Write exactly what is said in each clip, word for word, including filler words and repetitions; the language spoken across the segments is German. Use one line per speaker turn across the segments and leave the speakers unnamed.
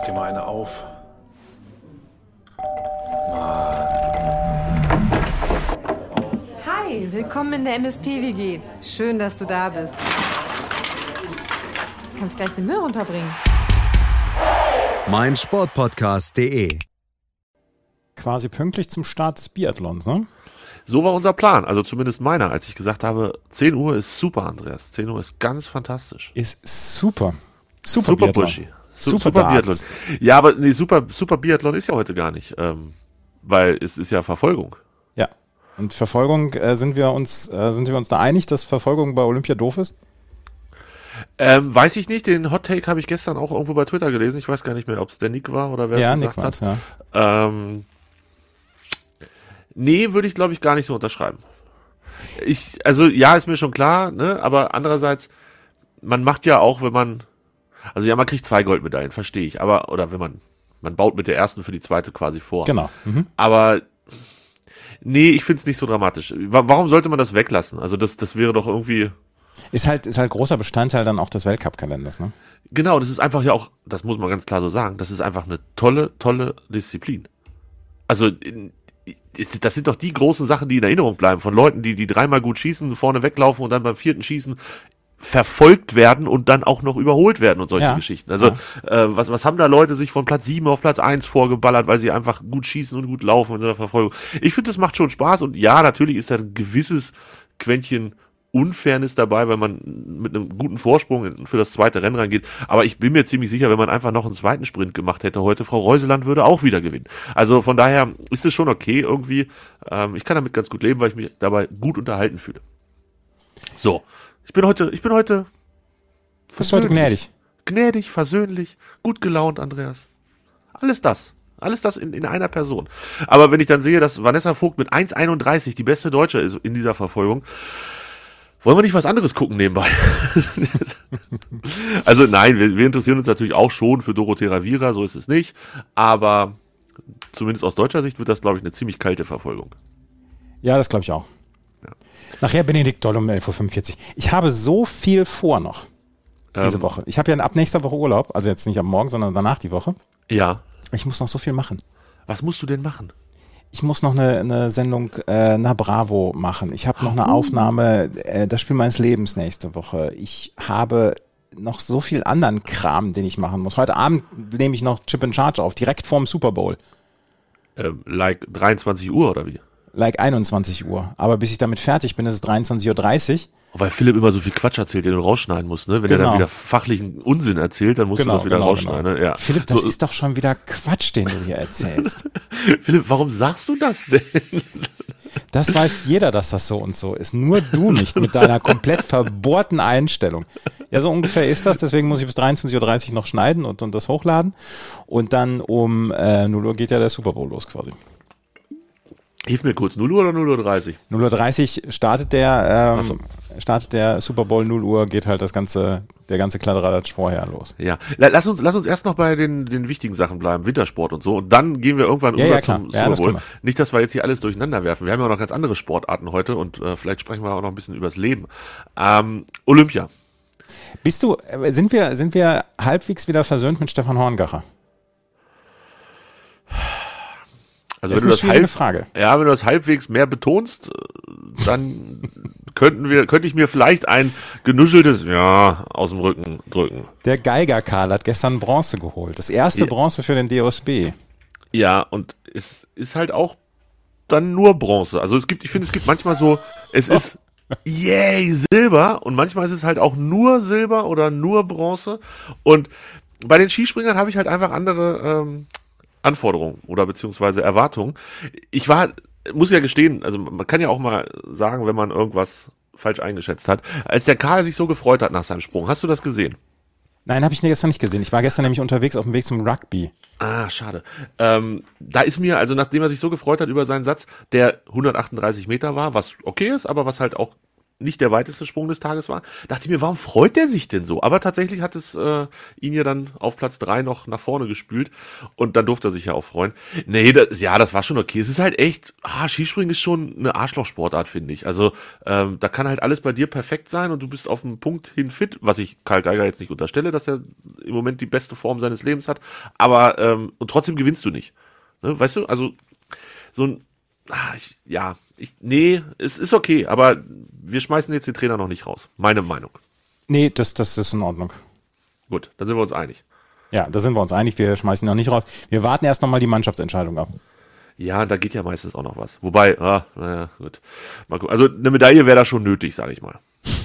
dir mal eine auf.
Hi, willkommen in der M S P W G. Schön, dass du da bist. Du kannst gleich den Müll runterbringen.
mein Sportpodcast punkt de
Quasi pünktlich zum Start des Biathlons, ne?
So war unser Plan, also zumindest meiner, als ich gesagt habe, zehn Uhr ist super, Andreas. zehn Uhr ist ganz fantastisch.
Ist super. Super,
Super
Biathlon.
Buschi. Su-
Super,
super Biathlon.
Darts.
Ja, aber nee, super, super Biathlon ist ja heute gar nicht, ähm, weil es ist ja Verfolgung.
Ja. Und Verfolgung, äh, sind wir uns, äh, sind wir uns da einig, dass Verfolgung bei Olympia doof ist?
Ähm, weiß ich nicht, den Hot Take habe ich gestern auch irgendwo bei Twitter gelesen. Ich weiß gar nicht mehr, ob es der Nick war oder wer
Ja,
es
Nick
gesagt
war's,
hat.
ja.
Ähm, nee, würde ich glaube ich gar nicht so unterschreiben. Ich, also ja, ist mir schon klar, ne, aber andererseits, man macht ja auch, wenn man, also ja, man kriegt zwei Goldmedaillen, verstehe ich, aber, oder wenn man, man baut mit der ersten für die zweite quasi vor.
Genau. Mhm.
Aber nee, ich finde es nicht so dramatisch. Wa- Warum sollte man das weglassen? Also das, das wäre doch irgendwie,
Ist halt, ist halt großer Bestandteil dann auch des Weltcup-Kalenders, ne?
genau, das ist einfach ja auch, das muss man ganz klar so sagen, das ist einfach eine tolle, tolle Disziplin. Also in, das sind doch die großen Sachen, die in Erinnerung bleiben, von Leuten, die die dreimal gut schießen, vorne weglaufen und dann beim vierten Schießen verfolgt werden und dann auch noch überholt werden und solche
Ja.
Geschichten. Also äh, was was haben da Leute sich von Platz sieben auf Platz eins vorgeballert, weil sie einfach gut schießen und gut laufen in so einer Verfolgung. Ich finde, das macht schon Spaß und ja, natürlich ist da ein gewisses Quäntchen Unfairness dabei, wenn man mit einem guten Vorsprung für das zweite Rennen reingeht. Aber ich bin mir ziemlich sicher, wenn man einfach noch einen zweiten Sprint gemacht hätte heute, Frau Reuseland würde auch wieder gewinnen. Also von daher ist es schon okay irgendwie. Ähm, ich kann damit ganz gut leben, weil ich mich dabei gut unterhalten fühle. So, ich bin heute, ich bin heute
Bist du heute gnädig?
gnädig, versöhnlich, gut gelaunt, Andreas. Alles das. Alles das in, in einer Person. Aber wenn ich dann sehe, dass Vanessa Vogt mit eins einunddreißig die beste Deutsche ist in dieser Verfolgung, wollen wir nicht was anderes gucken nebenbei? Also nein, wir, wir interessieren uns natürlich auch schon für Dorothea Ravira, so ist es nicht. Aber zumindest aus deutscher Sicht wird das, glaube ich, eine ziemlich kalte Verfolgung.
Ja, das glaube ich auch.
Ja.
Nachher Benedikt Doll um elf Uhr fünfundvierzig. Ich habe so viel vor noch diese
Ähm,
Woche. Ich habe ja ab nächster Woche Urlaub, also jetzt nicht am Morgen, sondern danach die Woche.
Ja.
Ich muss noch so viel machen.
Was musst du denn machen?
Ich muss noch eine, eine Sendung äh, nach Bravo machen. Ich habe noch eine Aufnahme, äh, das Spiel meines Lebens nächste Woche. Ich habe noch so viel anderen Kram, den ich machen muss. Heute Abend nehme ich noch Chip and Charge auf, direkt vorm Super Bowl.
Ähm, like dreiundzwanzig Uhr oder wie?
Like einundzwanzig Uhr. Aber bis ich damit fertig bin, ist es dreiundzwanzig Uhr dreißig.
Weil Philipp immer so viel Quatsch erzählt, den du rausschneiden musst, ne? Wenn er
Genau.
dann wieder fachlichen Unsinn erzählt, dann musst du das wieder rausschneiden, ne? Ja.
Philipp, das
So,
ist doch schon wieder Quatsch, den du hier erzählst.
Philipp, warum sagst du das denn?
Das weiß jeder, dass das so und so ist. Nur du nicht mit deiner komplett verbohrten Einstellung. Ja, so ungefähr ist das. Deswegen muss ich bis dreiundzwanzig Uhr dreißig noch schneiden und, und das hochladen. Und dann um äh, null Uhr geht ja der Super Bowl los quasi.
Hilf mir kurz, null Uhr oder null Uhr dreißig?
null Uhr dreißig startet der, ähm,
Ach so.
startet der Super Bowl, null Uhr geht halt das ganze, der ganze Kladderadatsch vorher los.
Ja, La- lass uns, lass uns erst noch bei den, den wichtigen Sachen bleiben, Wintersport und so, und dann gehen wir irgendwann
Ja,
rüber
ja, klar.
zum
Ja,
Super
das
Bowl.
können
Nicht, dass wir jetzt hier alles durcheinander werfen. Wir haben ja auch noch ganz andere Sportarten heute und äh, vielleicht sprechen wir auch noch ein bisschen übers Leben. Ähm, Olympia.
Bist du, äh, sind wir, sind wir halbwegs wieder versöhnt mit Stefan Horngacher?
Also
Das ist
wenn du
eine
das
schwierige
halb,
Frage.
ja, wenn du das halbwegs mehr betonst, äh, dann könnten wir, könnte ich mir vielleicht ein genuscheltes Ja aus dem Rücken drücken.
Der Geiger-Karl hat gestern Bronze geholt. Das erste
Ja.
Bronze für den D O S B.
Ja, und es ist halt auch dann nur Bronze. Also es gibt, ich finde, es gibt manchmal so, es ist yay, Silber und manchmal ist es halt auch nur Silber oder nur Bronze. Und bei den Skispringern habe ich halt einfach andere ähm, Anforderungen oder beziehungsweise Erwartungen. Ich war, muss ja gestehen, also man kann ja auch mal sagen, wenn man irgendwas falsch eingeschätzt hat, als der Karl sich so gefreut hat nach seinem Sprung. Hast du das gesehen?
Nein, habe ich gestern nicht gesehen. Ich war gestern nämlich unterwegs auf dem Weg zum Rugby.
Ah, schade. Ähm, da ist mir, also nachdem er sich so gefreut hat über seinen Satz, der hundertachtunddreißig Meter war, was okay ist, aber was halt auch nicht der weiteste Sprung des Tages war, dachte ich mir, warum freut der sich denn so? Aber tatsächlich hat es äh, ihn ja dann auf Platz drei noch nach vorne gespült und dann durfte er sich ja auch freuen. Nee, das, ja, das war schon okay. Es ist halt echt, ah, Skispringen ist schon eine Arschlochsportart, finde ich. Also ähm, da kann halt alles bei dir perfekt sein und du bist auf dem Punkt hin fit, was ich Karl Geiger jetzt nicht unterstelle, dass er im Moment die beste Form seines Lebens hat, aber ähm, und trotzdem gewinnst du nicht. Ne? Weißt du, also so ein Ah, ich, ja, ich, nee, es ist okay, aber wir schmeißen jetzt den Trainer noch nicht raus. Meine Meinung.
Nee, das, das ist in Ordnung.
Gut, dann sind wir uns einig.
Ja, da sind wir uns einig, wir schmeißen ihn noch nicht raus. Wir warten erst nochmal die Mannschaftsentscheidung ab.
Ja, da geht ja meistens auch noch was. Wobei, ah, naja, gut. Mal gucken. Also eine Medaille wäre da schon nötig, sage ich mal.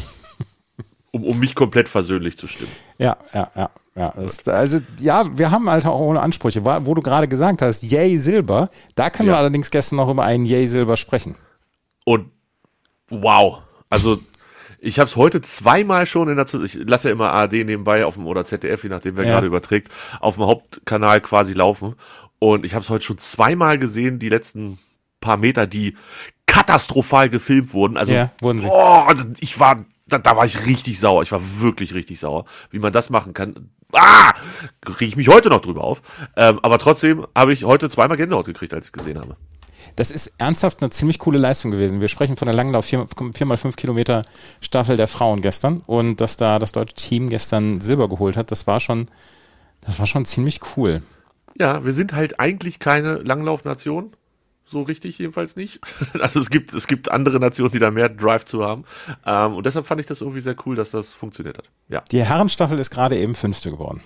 um, um mich komplett versöhnlich zu stimmen.
Ja, ja, ja. Ja, das, also ja, wir haben halt auch ohne Ansprüche, wo du gerade gesagt hast, yay Silber, da können
ja.
wir allerdings gestern noch über einen yay Silber sprechen.
Und wow, also ich habe es heute zweimal schon in der, ich lasse ja immer A R D nebenbei auf dem oder Z D F, je nachdem wer ja. gerade überträgt, auf dem Hauptkanal quasi laufen und ich habe es heute schon zweimal gesehen, die letzten paar Meter, die katastrophal gefilmt wurden, also
ja, wurden sie.
Oh, ich war Da, da war ich richtig sauer. Ich war wirklich richtig sauer, wie man das machen kann. Ah! Kriege ich mich heute noch drüber auf. Ähm, aber trotzdem habe ich heute zweimal Gänsehaut gekriegt, als ich gesehen habe.
Das ist ernsthaft eine ziemlich coole Leistung gewesen. Wir sprechen von der Langlauf vier mal fünf Kilometer Staffel der Frauen gestern. Und dass da das deutsche Team gestern Silber geholt hat, das war schon, das war schon ziemlich cool.
Ja, wir sind halt eigentlich keine Langlaufnation. So richtig jedenfalls nicht. Also es gibt es gibt andere Nationen, die da mehr Drive zu haben. Ähm, und deshalb fand ich das irgendwie sehr cool, dass das funktioniert hat. Ja.
Die Herrenstaffel ist gerade eben Fünfte geworden.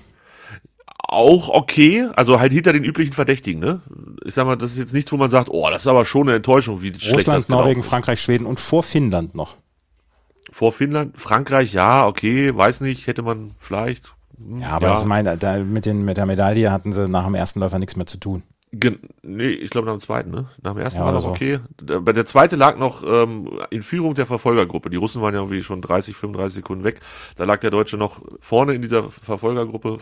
Auch okay, also halt hinter den üblichen Verdächtigen, ne? Ich sag mal, das ist jetzt nichts, wo man sagt, oh, das ist aber schon eine Enttäuschung, wie schlecht
Russland,
das gelaufen
Norwegen,
ist.
Frankreich, Schweden und vor Finnland noch.
Vor Finnland, Frankreich, ja, okay, weiß nicht, hätte man vielleicht. Hm,
ja, aber
ja.
das ist meine, da mit, den, mit der Medaille hatten sie nach dem ersten Läufer nichts mehr zu tun.
Gen- nee, ich glaube nach dem zweiten, ne? Nach dem ersten
ja,
war noch
so.
okay. Der, der zweite lag noch ähm, in Führung der Verfolgergruppe. Die Russen waren ja irgendwie schon dreißig, fünfunddreißig Sekunden weg. Da lag der Deutsche noch vorne in dieser Verfolgergruppe.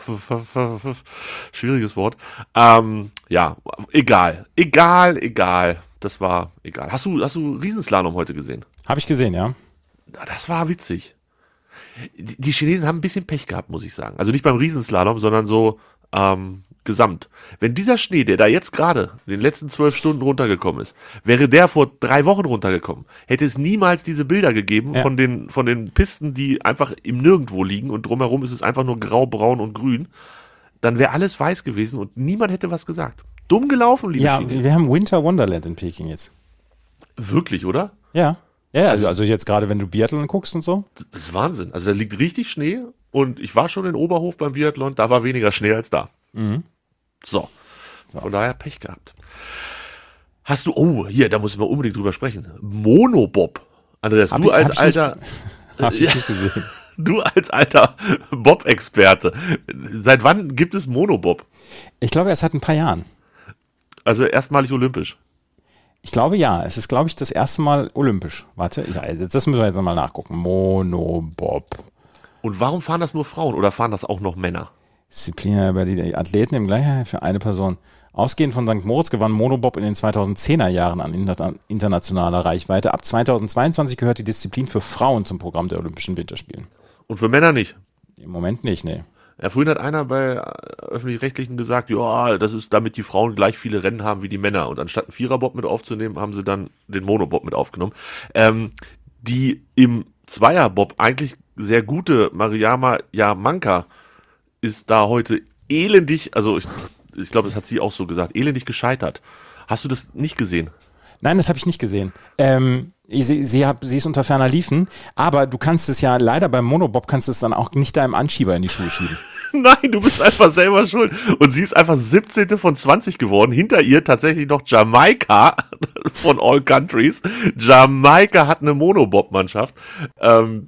Schwieriges Wort. Ähm, ja, egal. Egal, egal. Das war egal. Hast du, hast du Riesenslalom heute gesehen?
Habe ich gesehen, ja.
Das war witzig. Die, die Chinesen haben ein bisschen Pech gehabt, muss ich sagen. Also nicht beim Riesenslalom, sondern so ähm, gesamt. Wenn dieser Schnee, der da jetzt gerade in den letzten zwölf Stunden runtergekommen ist, wäre der vor drei Wochen runtergekommen, hätte es niemals diese Bilder gegeben
ja.
von den von den Pisten, die einfach im Nirgendwo liegen und drumherum ist es einfach nur grau, braun und grün. Dann wäre alles weiß gewesen und niemand hätte was gesagt. Dumm gelaufen, liebe
Ja,
Chinesen.
wir haben Winter Wonderland in Peking jetzt.
Wirklich, oder?
Ja. Ja, also, also jetzt gerade, wenn du Biathlon guckst und so.
Das ist Wahnsinn. Also da liegt richtig Schnee und ich war schon in Oberhof beim Biathlon, da war weniger Schnee als da.
Mhm.
So. Von daher Pech gehabt. Hast du, oh, hier, da muss ich mal unbedingt drüber sprechen. Monobob. Andreas,
Hab
du
ich-
als
hab ich
alter,
nicht- Hab ich
Ja.
nicht gesehen.
du als alter Bob-Experte. Seit wann gibt es Monobob?
Ich glaube, erst seit ein paar Jahren.
Also erstmalig olympisch.
Ich glaube, ja. Es ist, glaube ich, das erste Mal olympisch. Warte, ja, das müssen wir jetzt nochmal nachgucken. Monobob.
Und warum fahren das nur Frauen oder fahren das auch noch Männer?
Disziplin über die Athleten im Gleichheit für eine Person. Ausgehend von Sankt Moritz gewann Monobob in den zweitausendzehner Jahren an inter- internationaler Reichweite. Ab zweitausendzweiundzwanzig gehört die Disziplin für Frauen zum Programm der Olympischen Winterspielen.
Und für Männer nicht.
Im Moment nicht, nee.
Ja, vorhin hat einer bei Öffentlich-Rechtlichen gesagt, ja, das ist, damit die Frauen gleich viele Rennen haben wie die Männer. Und anstatt einen Viererbob mit aufzunehmen, haben sie dann den Monobob mit aufgenommen. Ähm, die im Zweierbob eigentlich sehr gute Mariama Jamanka ist da heute elendig, also ich, ich glaube, das hat sie auch so gesagt, elendig gescheitert. Hast du das nicht gesehen?
Nein, das habe ich nicht gesehen. Ähm, sie, sie, hab, sie ist unter ferner Liefen, aber du kannst es ja leider beim Monobob kannst du es dann auch nicht deinem Anschieber in die Schuhe schieben.
Nein, du bist einfach selber schuld. Und sie ist einfach siebzehnte von zwanzig geworden. Hinter ihr tatsächlich noch Jamaika von All Countries. Jamaika hat eine Monobob-Mannschaft. Ähm,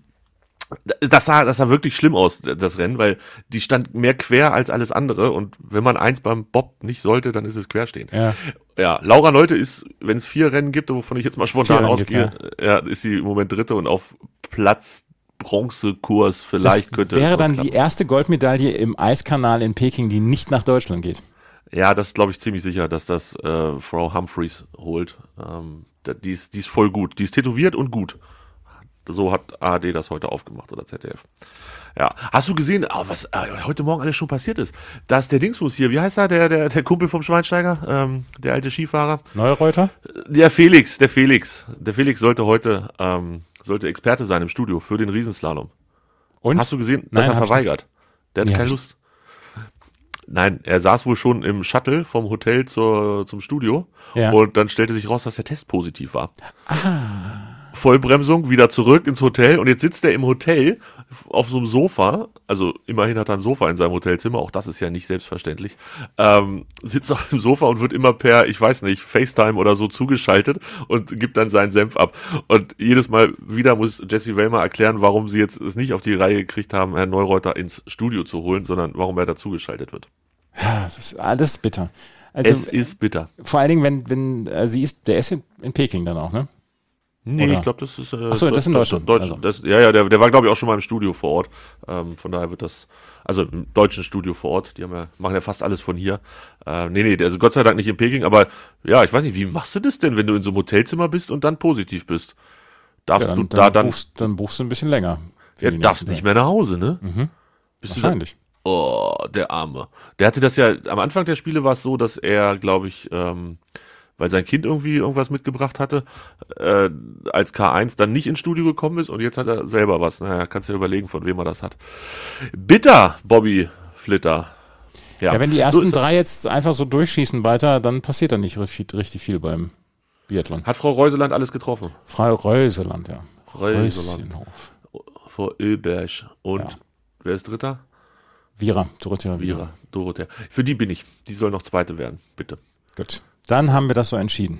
das sah, das sah wirklich schlimm aus, das Rennen, weil die stand mehr quer als alles andere. Und wenn man eins beim Bob nicht sollte, dann ist es querstehen.
Ja.
Ja, Laura Leute ist, wenn es vier Rennen gibt, wovon ich jetzt mal spontan
Vier Rennen
ausgehe, ja. ist sie im Moment dritte und auf Platz Bronzekurs vielleicht
Das
könnte.
wäre
es
dann
klappen.
die erste Goldmedaille im Eiskanal in Peking, die nicht nach Deutschland geht.
Ja, das glaube ich ziemlich sicher, dass das äh, Frau Humphreys holt. Ähm, da- die, ist, die ist voll gut. Die ist tätowiert und gut. So hat A R D das heute aufgemacht oder Z D F. Ja, hast du gesehen, oh, was äh, heute Morgen alles schon passiert ist? Dass der Dingsbus hier, wie heißt er, der, der, der Kumpel vom Schweinsteiger, ähm, der alte Skifahrer?
Neureuter?
Der Felix, der Felix. Der Felix sollte heute, ähm, sollte Experte sein im Studio für den Riesenslalom. Und? Hast du gesehen, dass
Nein,
er verweigert? Der hat
nee,
keine Lust. Nein, er saß wohl schon im Shuttle vom Hotel zur, zum Studio
ja.
und dann stellte sich raus, dass der Test positiv war. Ah. Vollbremsung, wieder zurück ins Hotel und jetzt sitzt er im Hotel auf so einem Sofa, also immerhin hat er ein Sofa in seinem Hotelzimmer, auch das ist ja nicht selbstverständlich, ähm, sitzt auf dem Sofa und wird immer per, ich weiß nicht, FaceTime oder so zugeschaltet und gibt dann seinen Senf ab. Und jedes Mal wieder muss Jessie Wellmer erklären, warum sie jetzt es nicht auf die Reihe gekriegt haben, Herrn Neureuter ins Studio zu holen, sondern warum er dazugeschaltet wird.
Das ist alles bitter. Also,
es ist bitter.
Vor allen Dingen, wenn, wenn äh, sie ist, der ist in, in Peking dann auch, ne?
Nee,
Oder?
ich glaube, das ist äh,
Ach so, das, das in Deutschland.
Deutschland.
Also.
Das, ja, ja, der, der war, glaube ich, auch schon mal im Studio vor Ort. Ähm, von daher wird das, also im deutschen Studio vor Ort, die haben ja, machen ja fast alles von hier. Äh, nee, nee, also Gott sei Dank nicht in Peking, aber ja, ich weiß nicht, wie machst du das denn, wenn du in so einem Hotelzimmer bist und dann positiv bist? Darfst
ja, dann,
du da
dann
dann.
Buchst, dann buchst du ein bisschen länger.
Ja, darfst nicht mehr nach Hause, ne?
Mhm.
Bist
Wahrscheinlich.
Du da, oh, der Arme. Der hatte das ja, am Anfang der Spiele war es so, dass er, glaube ich, ähm, weil sein Kind irgendwie irgendwas mitgebracht hatte, äh, als K eins dann nicht ins Studio gekommen ist und jetzt hat er selber was. Naja, kannst du dir überlegen, von wem er das hat. Bitter, Bobby Flitter. Ja,
ja wenn die ersten
so
drei jetzt einfach so durchschießen weiter, dann passiert da nicht richtig, richtig viel beim Biathlon.
Hat Frau Reuseland alles getroffen?
Frau Reuseland, ja.
Reuseland. Frau Oeberg. Und
ja.
Wer ist Dritter?
Vira, Dorothea Vira.
Vira, Dorothea. Für die bin ich. Die soll noch Zweite werden, bitte.
Gut. Dann haben wir das so entschieden.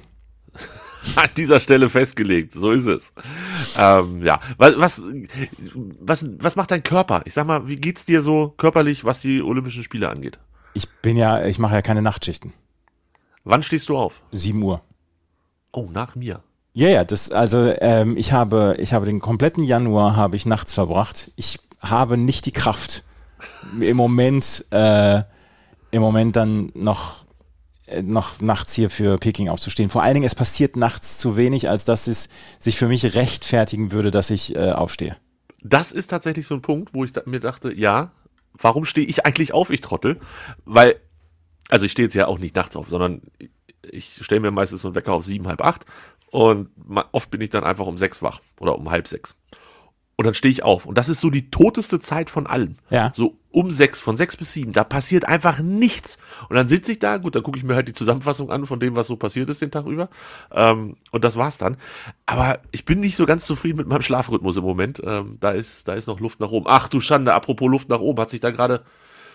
An dieser Stelle festgelegt, so ist es. Ähm, ja, was, was, was, was macht dein Körper? Ich sag mal, wie geht's dir so körperlich, was die Olympischen Spiele angeht?
Ich bin ja, ich mache ja keine Nachtschichten.
Wann stehst du auf?
Sieben Uhr.
Oh, nach mir.
Ja, ja, das, also ähm, ich habe, ich habe den kompletten Januar habe ich nachts verbracht. Ich habe nicht die Kraft, im Moment, äh, im Moment dann noch noch nachts hier für Peking aufzustehen. Vor allen Dingen, es passiert nachts zu wenig, als dass es sich für mich rechtfertigen würde, dass ich äh, aufstehe.
Das ist tatsächlich so ein Punkt, wo ich da, mir dachte, ja, warum stehe ich eigentlich auf, ich Trottel? Weil, also ich stehe jetzt ja auch nicht nachts auf, sondern ich stelle mir meistens so einen Wecker auf sieben, halb acht und oft bin ich dann einfach um sechs wach oder um halb sechs. Und dann stehe ich auf. Und das ist so die toteste Zeit von allen.
Ja.
So um sechs, von sechs bis sieben. Da passiert einfach nichts. Und dann sitze ich da, gut, dann gucke ich mir halt die Zusammenfassung an von dem, was so passiert ist den Tag über. Ähm, und das war's dann. Aber ich bin nicht so ganz zufrieden mit meinem Schlafrhythmus im Moment. Ähm, da ist, da ist noch Luft nach oben. Ach du Schande, apropos Luft nach oben. Hat sich da gerade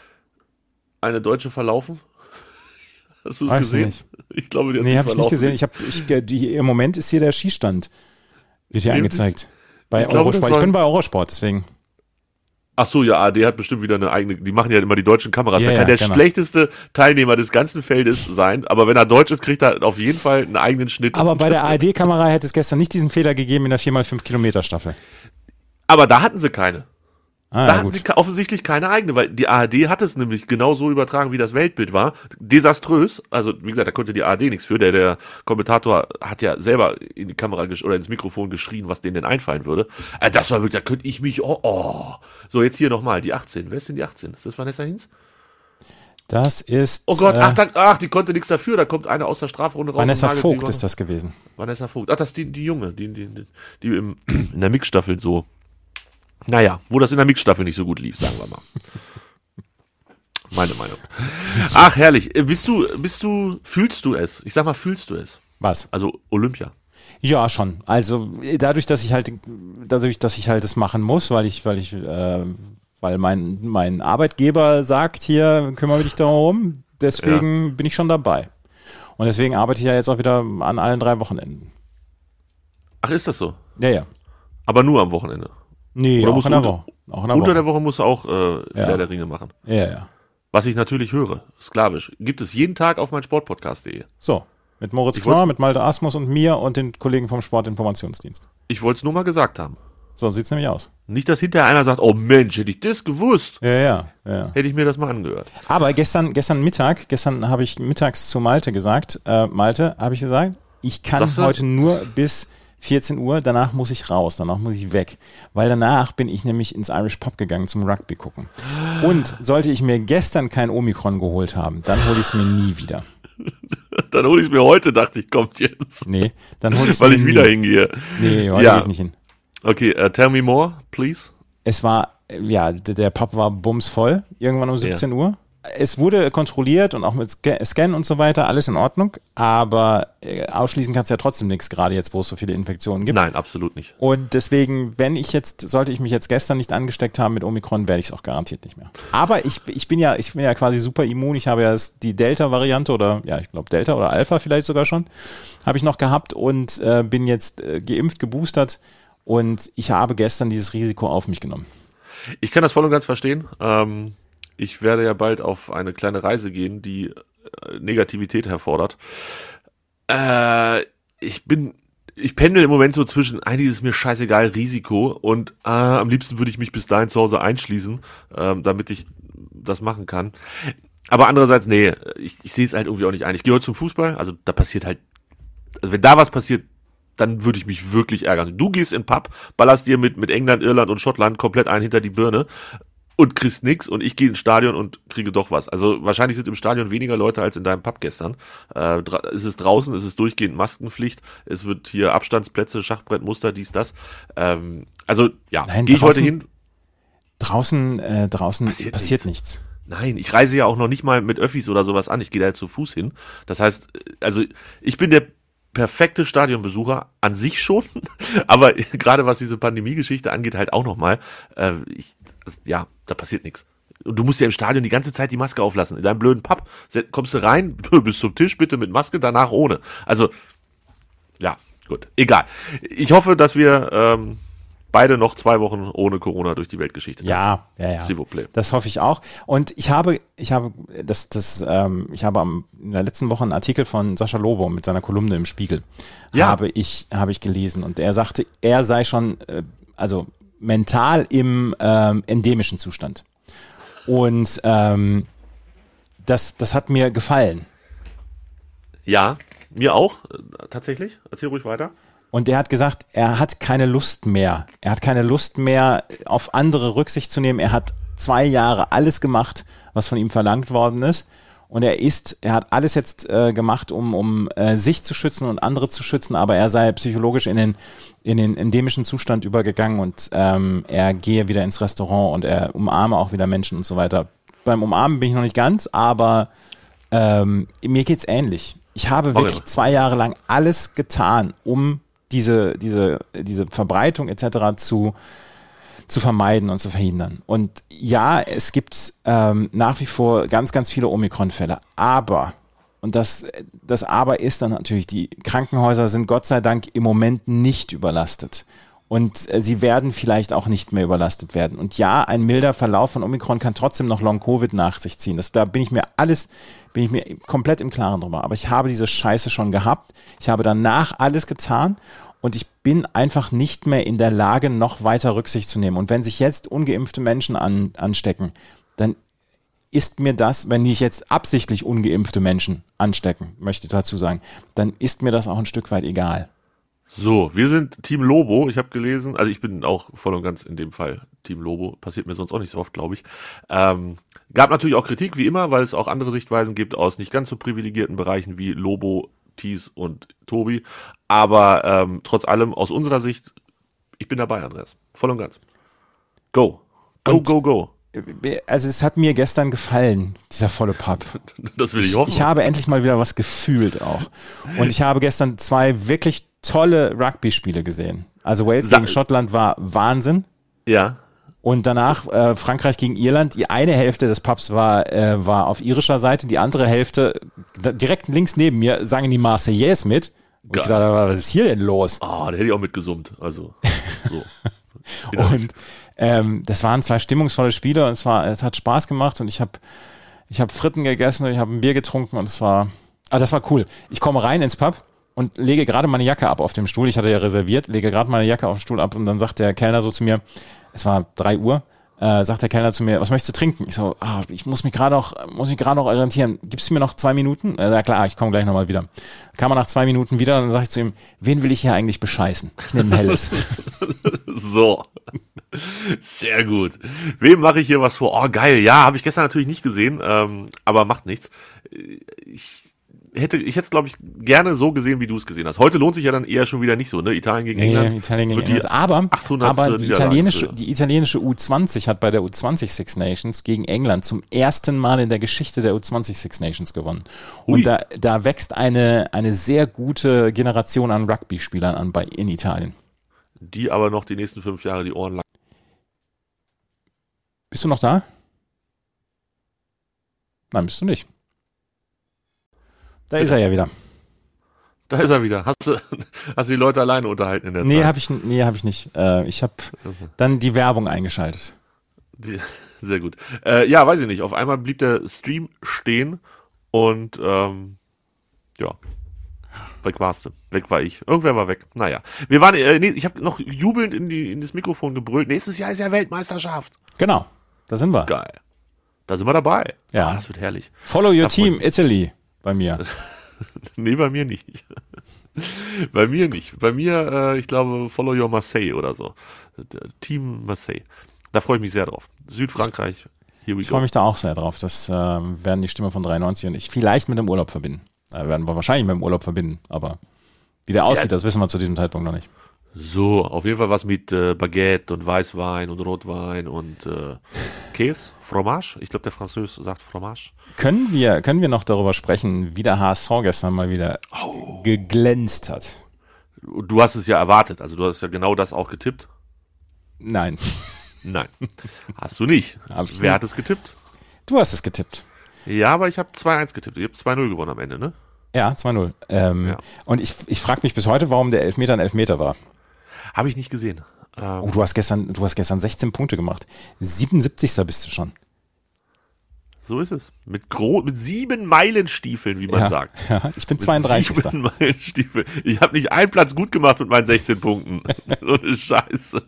eine Deutsche verlaufen? Hast du es gesehen?
Nicht.
Ich glaube, die hat
nee,
sich
habe ich nicht gesehen. Ich hab, ich, die, im Moment ist hier der Skistand. Wird hier angezeigt. Bei
ich glaube,
Eurosport. Ich bin bei Eurosport, deswegen.
Ach so, ja, A R D hat bestimmt wieder eine eigene, die machen ja immer die deutschen Kameras.
Ja,
da kann
ja,
der
genau.
schlechteste Teilnehmer des ganzen Feldes sein, aber wenn er deutsch ist, kriegt er auf jeden Fall einen eigenen Schnitt.
Aber bei der A R D-Kamera hätte es gestern nicht diesen Fehler gegeben in der vier mal fünf Kilometer Staffel.
Aber da hatten sie keine.
Ah,
da
ja,
hatten
gut.
sie offensichtlich keine eigene, weil die A R D hat es nämlich genau so übertragen, wie das Weltbild war. Desaströs. Also, wie gesagt, da konnte die A R D nichts für. Der, der Kommentator hat ja selber in die Kamera gesch- oder ins Mikrofon geschrien, was denen denn einfallen würde. Also das war wirklich, da könnte ich mich, oh, oh. So, jetzt hier nochmal, die achtzehn. Wer ist denn die achtzehn? Ist das Vanessa Hinz?
Das ist.
Oh Gott,
äh,
ach, da, ach, die konnte nichts dafür. Da kommt eine aus der Strafrunde raus.
Vanessa
und nagelt sie
Vogt
über-
ist das gewesen.
Vanessa Vogt. Ach, das ist die, die Junge, die, die, die, die im, in der Mixstaffel so. Naja, wo das in der Mixstaffel nicht so gut lief, sagen wir mal. Meine Meinung. Ach, herrlich. Bist du, bist du, fühlst du es? Ich sag mal, fühlst du es?
Was?
Also Olympia.
Ja, schon. Also dadurch, dass ich halt, dadurch, dass ich halt das machen muss, weil ich, weil ich, äh, weil mein, mein Arbeitgeber sagt, hier, kümmere dich darum, deswegen ja. bin ich schon dabei. Und deswegen arbeite ich ja jetzt auch wieder an allen drei Wochenenden.
Ach, ist das so?
Ja, ja.
Aber nur am Wochenende?
Nee,
Oder
auch
musst
in
du
der
unter,
Woche. Auch in der
unter
Woche.
der Woche musst du auch äh, Flair
Ja.
der Ringe machen.
Ja, ja.
Was ich natürlich höre, sklavisch, gibt es jeden Tag auf mein Sportpodcast punkt de.
So, mit Moritz
Ich
Knorr,
wollt's-
mit Malte Asmus und mir und den Kollegen vom Sportinformationsdienst.
Ich wollte es nur mal gesagt haben.
So sieht's nämlich aus.
Nicht, dass hinterher einer sagt, oh Mensch, hätte ich das gewusst,
Ja, ja, ja.
hätte ich mir das mal angehört.
Aber gestern, gestern Mittag, gestern habe ich mittags zu Malte gesagt, äh, Malte, habe ich gesagt, ich kann
Sagst du?
heute nur bis vierzehn Uhr, danach muss ich raus, danach muss ich weg. Weil danach bin ich nämlich ins Irish Pub gegangen zum Rugby gucken. Und sollte ich mir gestern kein Omikron geholt haben, dann hole ich es mir nie wieder.
Dann hole ich es mir heute, dachte ich, kommt jetzt.
Nee, dann hole ich es
mir
nie.
Weil ich wieder hingehe.
Nee, heute
ja.
gehe ich nicht hin.
Okay, uh, tell me more, please.
Es war, ja, der Pub war bumsvoll, irgendwann um siebzehn ja. Uhr. Es wurde kontrolliert und auch mit Scan und so weiter, alles in Ordnung, aber ausschließen kannst du ja trotzdem nichts, gerade jetzt, wo es so viele Infektionen gibt.
Nein, absolut nicht.
Und deswegen, wenn ich jetzt, sollte ich mich jetzt gestern nicht angesteckt haben mit Omikron, werde ich es auch garantiert nicht mehr. Aber ich, ich bin ja, ich bin ja quasi super immun, ich habe ja die Delta-Variante oder, ja, ich glaube Delta oder Alpha vielleicht sogar schon, habe ich noch gehabt und äh, bin jetzt äh, geimpft, geboostert und ich habe gestern dieses Risiko auf mich genommen.
Ich kann das voll und ganz verstehen. Ähm Ich werde ja bald auf eine kleine Reise gehen, die äh, Negativität herfordert. Äh, ich bin, ich pendel im Moment so zwischen, eigentlich ist mir scheißegal, Risiko und äh, am liebsten würde ich mich bis dahin zu Hause einschließen, äh, damit ich das machen kann. Aber andererseits, nee, ich, ich sehe es halt irgendwie auch nicht ein. Ich gehe heute zum Fußball, also da passiert halt, also wenn da was passiert, dann würde ich mich wirklich ärgern. Du gehst in den Pub, ballerst dir mit, mit England, Irland und Schottland komplett ein hinter die Birne und kriegst nix und ich gehe ins Stadion und kriege doch was. Also wahrscheinlich sind im Stadion weniger Leute als in deinem Pub gestern. Äh, dra- es ist draußen, es ist durchgehend Maskenpflicht, es wird hier Abstandsplätze, Schachbrettmuster, dies, das. Ähm, also ja, gehe ich heute hin.
Draußen, äh, draußen
passiert,
passiert
nichts.
nichts.
Nein, ich reise ja auch noch nicht mal mit Öffis oder sowas an, ich gehe da jetzt zu Fuß hin. Das heißt, also ich bin der perfekte Stadionbesucher an sich schon, aber gerade was diese Pandemie-Geschichte angeht, halt auch nochmal, äh, ich, also, ja, da passiert nichts. Und du musst ja im Stadion die ganze Zeit die Maske auflassen. In deinem blöden Pub kommst du rein, bis zum Tisch, bitte mit Maske, danach ohne. Also, ja, gut, egal. Ich hoffe, dass wir ähm, beide noch zwei Wochen ohne Corona durch die Weltgeschichte
Ja, ja, ja.
S'il vous plaît.
Das hoffe ich auch. Und ich habe, ich habe, das, das, ähm, ich habe am, in der letzten Woche einen Artikel von Sascha Lobo mit seiner Kolumne im Spiegel
Ja.
habe ich, habe ich gelesen und er sagte, er sei schon, äh, also mental im ähm, endemischen Zustand. Und ähm, das, das hat mir gefallen.
Ja, mir auch, äh, tatsächlich. Erzähl ruhig weiter.
Und er hat gesagt, er hat keine Lust mehr. Er hat keine Lust mehr, auf andere Rücksicht zu nehmen. Er hat zwei Jahre alles gemacht, was von ihm verlangt worden ist. Und er ist, er hat alles jetzt äh, gemacht, um, um äh, sich zu schützen und andere zu schützen, aber er sei psychologisch in den, in den endemischen Zustand übergegangen und ähm, er gehe wieder ins Restaurant und er umarme auch wieder Menschen und so weiter. Beim Umarmen bin ich noch nicht ganz, aber ähm, mir geht's ähnlich. Ich habe
Okay.
wirklich zwei Jahre lang alles getan, um diese, diese, diese Verbreitung et cetera zu, zu vermeiden und zu verhindern. Und ja, es gibt ähm, nach wie vor ganz, ganz viele Omikron-Fälle. Aber, und das, das Aber ist dann natürlich, die Krankenhäuser sind Gott sei Dank im Moment nicht überlastet. Und äh, sie werden vielleicht auch nicht mehr überlastet werden. Und ja, ein milder Verlauf von Omikron kann trotzdem noch Long-Covid nach sich ziehen. Das, da bin ich mir alles, bin ich mir komplett im Klaren drüber. Aber ich habe diese Scheiße schon gehabt. Ich habe danach alles getan. Und ich bin einfach nicht mehr in der Lage, noch weiter Rücksicht zu nehmen. Und wenn sich jetzt ungeimpfte Menschen an, anstecken, dann ist mir das, wenn nicht jetzt absichtlich ungeimpfte Menschen anstecken, möchte ich dazu sagen, dann ist mir das auch ein Stück weit egal.
So, wir sind Team Lobo. Ich habe gelesen, also ich bin auch voll und ganz in dem Fall Team Lobo. Passiert mir sonst auch nicht so oft, glaube ich. Ähm, gab natürlich auch Kritik, wie immer, weil es auch andere Sichtweisen gibt aus nicht ganz so privilegierten Bereichen wie Lobo, Thies und Tobi. Aber ähm, trotz allem, aus unserer Sicht, ich bin dabei, Andreas. Voll und ganz. Go. Go,
Und
go, go.
Also es hat mir gestern gefallen, dieser volle Pub.
Das will ich hoffen.
Ich habe endlich mal wieder was gefühlt auch. Und ich habe gestern zwei wirklich tolle Rugby-Spiele gesehen. Also Wales
Sa-
gegen Schottland war Wahnsinn.
Ja.
Und danach äh, Frankreich gegen Irland. Die eine Hälfte des Pubs war, äh, war auf irischer Seite, die andere Hälfte, da, direkt links neben mir, sangen die Marseillaise mit. Und
Geil.
ich dachte, was ist hier denn los?
Ah, da hätte ich auch mitgesummt. Also, so.
Und ähm, das waren zwei stimmungsvolle Spiele und es war, es hat Spaß gemacht und ich habe ich hab Fritten gegessen und ich habe ein Bier getrunken und es war, ah, das war cool. Ich komme rein ins Pub und lege gerade meine Jacke ab auf dem Stuhl. Ich hatte ja reserviert, lege gerade meine Jacke auf den Stuhl ab und dann sagt der Kellner so zu mir, es war drei Uhr, äh, sagt der Kellner zu mir, was möchtest du trinken? Ich so, ah, ich muss mich gerade noch, muss mich gerade noch orientieren. Gibst du mir noch zwei Minuten? Er sagt, klar, ich komme gleich nochmal wieder. Kam er nach zwei Minuten wieder und dann sage ich zu ihm, wen will ich hier eigentlich bescheißen? Ich nehme Helles.
So. Sehr gut. Wem mache ich hier was vor? Oh, geil. Ja, habe ich gestern natürlich nicht gesehen, ähm, aber macht nichts. Ich hätte, ich hätte es, glaube ich, gerne so gesehen, wie du es gesehen hast. Heute lohnt sich ja dann eher schon wieder nicht so, ne? Italien gegen
nee,
England.
Italien gegen
die
England. Aber, aber die, italienische,
für.
die italienische U zwanzig hat bei der U zwanzig Six Nations gegen England zum ersten Mal in der Geschichte der U zwanzig Six Nations gewonnen. Hui. Und da, da wächst eine, eine sehr gute Generation an Rugby-Spielern an bei, in Italien.
Die aber noch die nächsten fünf Jahre die Ohren lang.
Bist du noch da? Nein, bist du nicht. Da ist er ja wieder.
Da ist er wieder. Hast du, hast du die Leute alleine unterhalten in der
nee,
Zeit?
Hab ich, nee, habe ich nicht. Äh, ich habe dann die Werbung eingeschaltet.
Die, sehr gut. Äh, ja, weiß ich nicht. Auf einmal blieb der Stream stehen und ähm, ja, weg warst du. Weg war ich. Irgendwer war weg. Naja. Wir waren, äh, nee, ich habe noch jubelnd in, die, in das Mikrofon gebrüllt. Nächstes Jahr ist ja Weltmeisterschaft.
Genau, da sind wir.
Geil. Da sind wir dabei.
Ja.
Ah, das wird herrlich.
Follow your team, Italy. Bei mir.
Nee, bei mir nicht. Bei mir nicht. Bei mir, äh, ich glaube, Follow Your Marseille oder so. Team Marseille. Da freue ich mich sehr drauf. Südfrankreich, here we
Ich freue
go.
mich da auch sehr drauf. Das äh, werden die Stimme von dreiundneunzig und ich vielleicht mit dem Urlaub verbinden. Äh, werden wir wahrscheinlich mit dem Urlaub verbinden, aber wie der aussieht, ja, das wissen wir zu diesem Zeitpunkt noch nicht.
So, auf jeden Fall was mit äh, Baguette und Weißwein und Rotwein und äh, Käse, Fromage. Ich glaube, der Französ sagt Fromage.
Können wir, können wir noch darüber sprechen, wie der H S V gestern mal wieder oh. geglänzt hat?
Du hast es ja erwartet, also du hast ja genau das auch getippt.
Nein.
Nein, hast du nicht.
Hab ich
Wer
nicht.
hat es getippt?
Du hast es getippt.
Ja, aber ich habe zwei eins getippt. Ich habe zwei null gewonnen am Ende, ne?
Ja, zwei null. Ähm,
ja.
Und ich, ich frage mich bis heute, warum der Elfmeter ein Elfmeter war.
Habe ich nicht gesehen. Ähm,
oh, du hast gestern, du hast gestern sechzehn Punkte gemacht. siebenundsiebzigster bist du schon.
So ist es. Mit, gro- mit sieben Meilenstiefeln, wie man
ja,
sagt.
Ja, ich bin zweiunddreißigster
Sieben Meilenstiefel. Ich habe nicht einen Platz gut gemacht mit meinen sechzehn Punkten. So eine Scheiße.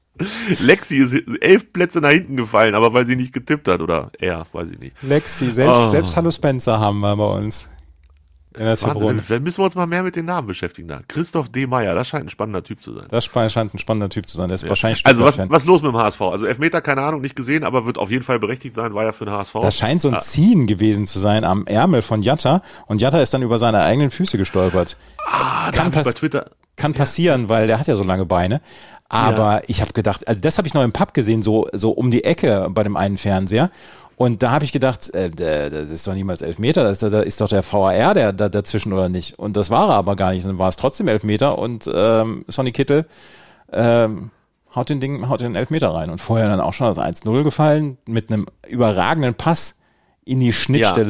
Lexi ist elf Plätze nach hinten gefallen, aber weil sie nicht getippt hat, oder er, weiß ich nicht.
Lexi, selbst,
oh.
selbst Hallo Spencer haben wir bei uns. In der
Wahnsinn, dann müssen wir uns mal mehr mit den Namen beschäftigen. Da. Christoph D. Meyer, das scheint ein spannender Typ zu sein.
Das scheint ein spannender Typ zu sein. Der ist
ja.
wahrscheinlich
Also was, was los mit dem H S V? Also Elfmeter, keine Ahnung, nicht gesehen, aber wird auf jeden Fall berechtigt sein, war ja für den H S V.
Das scheint so ein
ah.
Ziehen gewesen zu sein am Ärmel von Jatta und Jatta ist dann über seine eigenen Füße gestolpert.
Ah,
kann
da pass- bei Twitter.
Kann passieren, ja. weil der hat ja so lange Beine. Aber ja. ich habe gedacht, also das habe ich noch im Pub gesehen, so, so um die Ecke bei dem einen Fernseher. Und da habe ich gedacht, äh, das ist doch niemals Elfmeter, das ist, da ist doch der V A R der, der dazwischen oder nicht. Und das war er aber gar nicht. Dann war es trotzdem Elfmeter und ähm, Sonny Kittel ähm, haut den Ding, haut den Elfmeter rein. Und vorher dann auch schon das eins null gefallen mit einem überragenden Pass in die Schnittstelle.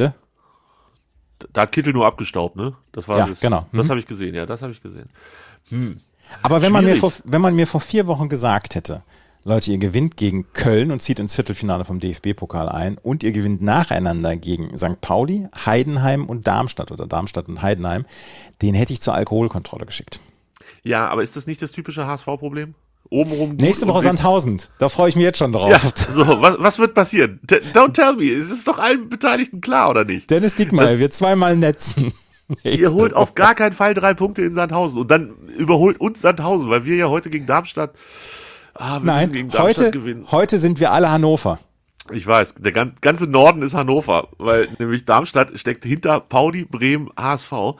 Ja. Da hat Kittel nur abgestaubt, ne? Das war
ja,
das,
genau.
Das
mhm.
habe ich gesehen, ja, das habe ich gesehen. Hm.
Aber wenn man, mir vor, wenn man mir vor vier Wochen gesagt hätte, Leute, ihr gewinnt gegen Köln und zieht ins Viertelfinale vom D F B-Pokal ein und ihr gewinnt nacheinander gegen Sankt Pauli, Heidenheim und Darmstadt oder Darmstadt und Heidenheim, den hätte ich zur Alkoholkontrolle geschickt.
Ja, aber ist das nicht das typische H S V-Problem? Obenrum gut.
Nächste Woche Sandhausen, da freue ich mich jetzt schon drauf.
Ja, so, was, was wird passieren? T- don't tell me, es ist doch allen Beteiligten klar, oder nicht?
Dennis Diekmeyer wird zweimal netzen.
Ihr holt auf gar keinen Fall drei Punkte in Sandhausen und dann überholt uns Sandhausen, weil wir ja heute gegen Darmstadt, ah, wir
Nein,
gegen Darmstadt
heute,
gewinnen.
heute sind wir alle Hannover.
Ich weiß, der ganze Norden ist Hannover, weil nämlich Darmstadt steckt hinter Pauli, Bremen, H S V.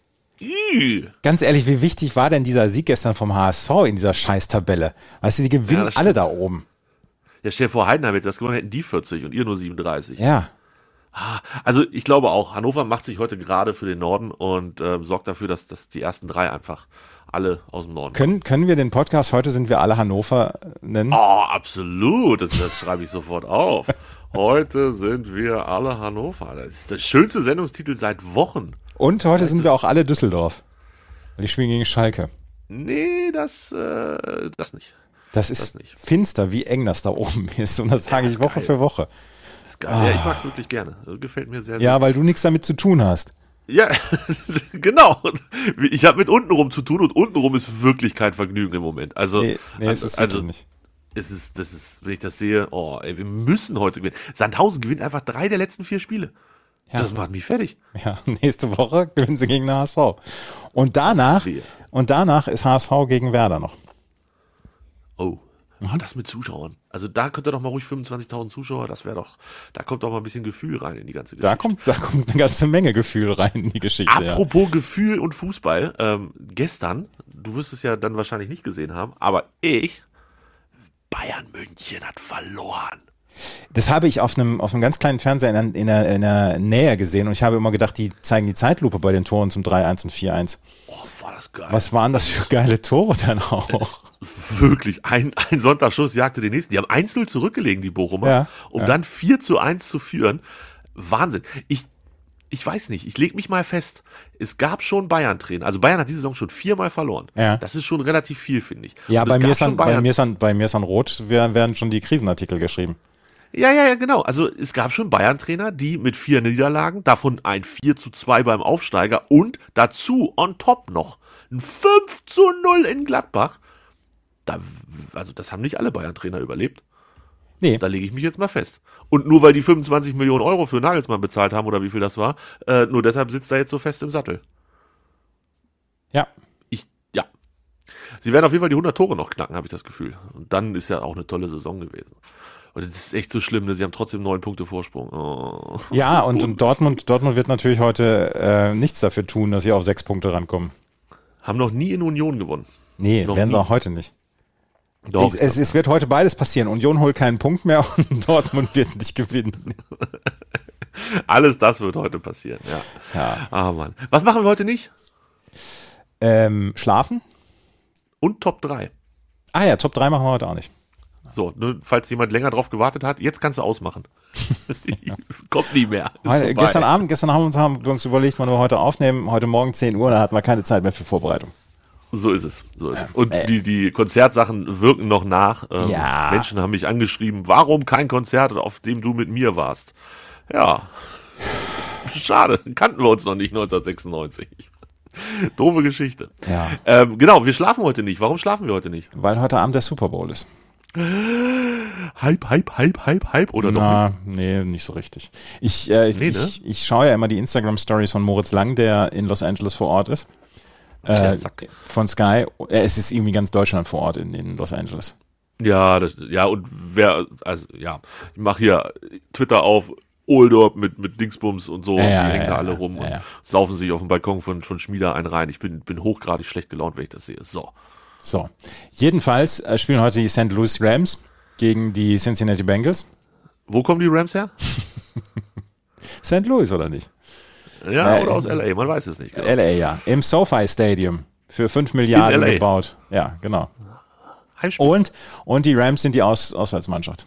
Ih.
Ganz ehrlich, wie wichtig war denn dieser Sieg gestern vom H S V in dieser Scheißtabelle? Weißt du, die gewinnen
ja,
alle da oben.
Ja, stell dir vor, Heidenheim hätte das gewonnen, hätten die vierzig und ihr nur siebenunddreißig.
Ja.
Also ich glaube auch, Hannover macht sich heute gerade für den Norden und äh, sorgt dafür, dass, dass die ersten drei einfach alle aus dem Norden
können. Können wir den Podcast "Heute sind wir alle Hannover" nennen?
Oh, absolut. Das, das schreibe ich sofort auf. Heute sind wir alle Hannover. Das ist der schönste Sendungstitel seit Wochen.
Und heute sind wir auch alle Düsseldorf. Weil die spielen gegen Schalke.
Nee, das, äh, das nicht.
Das ist
das nicht.
finster, wie eng das da oben ist. Und das sage
ja,
ich Woche
geil.
für Woche.
Das ist geil. Ah. Ja, ich mag es wirklich gerne. Das gefällt mir sehr, sehr
Ja, weil du nichts damit zu tun hast.
Ja, genau. Ich habe mit untenrum zu tun und untenrum ist wirklich kein Vergnügen im Moment. Also,
nee, nee
also,
es ist
also
nicht.
es ist, das ist, wenn ich das sehe, oh, ey, wir müssen heute gewinnen. Sandhausen gewinnt einfach drei der letzten vier Spiele. Ja. Das macht mich fertig.
Ja, nächste Woche gewinnen sie gegen den H S V. Und danach, und danach ist H S V gegen Werder noch.
Oh. Oh, das mit Zuschauern. Also da könnte doch mal ruhig fünfundzwanzigtausend Zuschauer, das wäre doch, da kommt doch mal ein bisschen Gefühl rein in die ganze Geschichte.
Da kommt, da kommt eine ganze Menge Gefühl rein in die Geschichte.
Apropos
ja.
Gefühl und Fußball, ähm, gestern, du wirst es ja dann wahrscheinlich nicht gesehen haben, aber ich, Bayern München hat verloren.
Das habe ich auf einem, auf einem ganz kleinen Fernseher in, in, der, in der Nähe gesehen und ich habe immer gedacht, die zeigen die Zeitlupe bei den Toren zum drei eins und vier eins.
Oh, war das geil.
Was waren das für geile Tore dann auch?
Wirklich, ein, ein Sonntagsschuss jagte den nächsten. Die haben eins null zurückgelegen, die Bochumer,
ja,
um
ja.
dann vier zu eins zu führen. Wahnsinn. Ich, ich weiß nicht, ich lege mich mal fest, es gab schon Bayern-Trainer. Also Bayern hat diese Saison schon viermal verloren.
Ja.
Das ist schon relativ viel, finde ich.
Ja,
Und
bei
es
mir,
gab
ist an,
schon
bei,
Bayern-
mir ist an, bei mir ist an Rot werden, werden schon die Krisenartikel geschrieben.
Ja, ja, ja, genau. Also es gab schon Bayern-Trainer, die mit vier Niederlagen, davon ein vier zu zwei beim Aufsteiger und dazu on top noch ein fünf zu null in Gladbach. Da, also das haben nicht alle Bayern-Trainer überlebt.
Nee.
Da lege ich mich jetzt mal fest. Und nur weil die fünfundzwanzig Millionen Euro für Nagelsmann bezahlt haben oder wie viel das war, äh, nur deshalb sitzt er jetzt so fest im Sattel.
Ja.
Ich, ja. Sie werden auf jeden Fall die hundert Tore noch knacken, habe ich das Gefühl. Und dann ist ja auch eine tolle Saison gewesen. Und es ist echt so schlimm, ne? Sie haben trotzdem neun Punkte Vorsprung. Oh.
Ja, und, und Dortmund, Dortmund wird natürlich heute äh, nichts dafür tun, dass sie auf sechs Punkte rankommen.
Haben noch nie in Union gewonnen.
Nee,
noch
werden
nie.
sie auch heute nicht.
Doch,
es, es, es wird heute beides passieren. Union holt keinen Punkt mehr und Dortmund wird nicht gewinnen.
Alles das wird heute passieren, ja.
Ja.
Ah, Mann. Was machen wir heute nicht?
Ähm, schlafen?
Und Top drei.
Ah ja, Top drei machen wir heute auch nicht.
So, ne, falls jemand länger drauf gewartet hat, jetzt kannst du ausmachen. Kommt nie mehr. Ist
Heute,
vorbei.
gestern Abend, gestern haben wir uns, haben wir uns überlegt, wann wir heute aufnehmen. Heute Morgen zehn Uhr, da hatten wir keine Zeit mehr für Vorbereitung.
So ist es. So ist
Ja.
es. Und
Äh.
die, die Konzertsachen wirken noch nach. Ähm,
Ja.
Menschen haben mich angeschrieben, warum kein Konzert, auf dem du mit mir warst? Ja. Schade, kannten wir uns noch nicht neunzehnhundertsechsundneunzig. Doofe Geschichte.
Ja.
Ähm, genau, wir schlafen heute nicht. Warum schlafen wir heute nicht?
Weil heute Abend der Super Bowl ist.
Hype, Hype, Hype, Hype, Hype oder doch nicht?
Na, nee, nicht so richtig. Ich, äh, ich,
Nee, ne?
ich, ich schaue ja immer die Instagram-Stories von Moritz Lang, der in Los Angeles vor Ort ist. Äh,
Der Sack.
von Sky. Äh, es ist irgendwie ganz Deutschland vor Ort in, in Los Angeles.
Ja, das, ja, und wer, also, ja, ich mache hier Twitter auf, Oldorp mit, mit Dingsbums und so,
Ja, ja,
die
ja,
hängen da
ja,
alle
ja,
rum
ja,
und
ja.
saufen sich auf dem Balkon von, von Schmieder einen rein. Ich bin, bin hochgradig schlecht gelaunt, wenn ich das sehe. So.
So. Jedenfalls äh, spielen heute die Saint Louis Rams gegen die Cincinnati Bengals.
Wo kommen die Rams her?
Saint Louis oder nicht?
Ja,
Äh,
oder aus L A, man weiß es nicht. Genau.
L A, ja. Im SoFi Stadium. Für fünf Milliarden
L A.
gebaut. Ja, genau.
Heimspiel.
Und, und die Rams sind die Aus, Auswärtsmannschaft.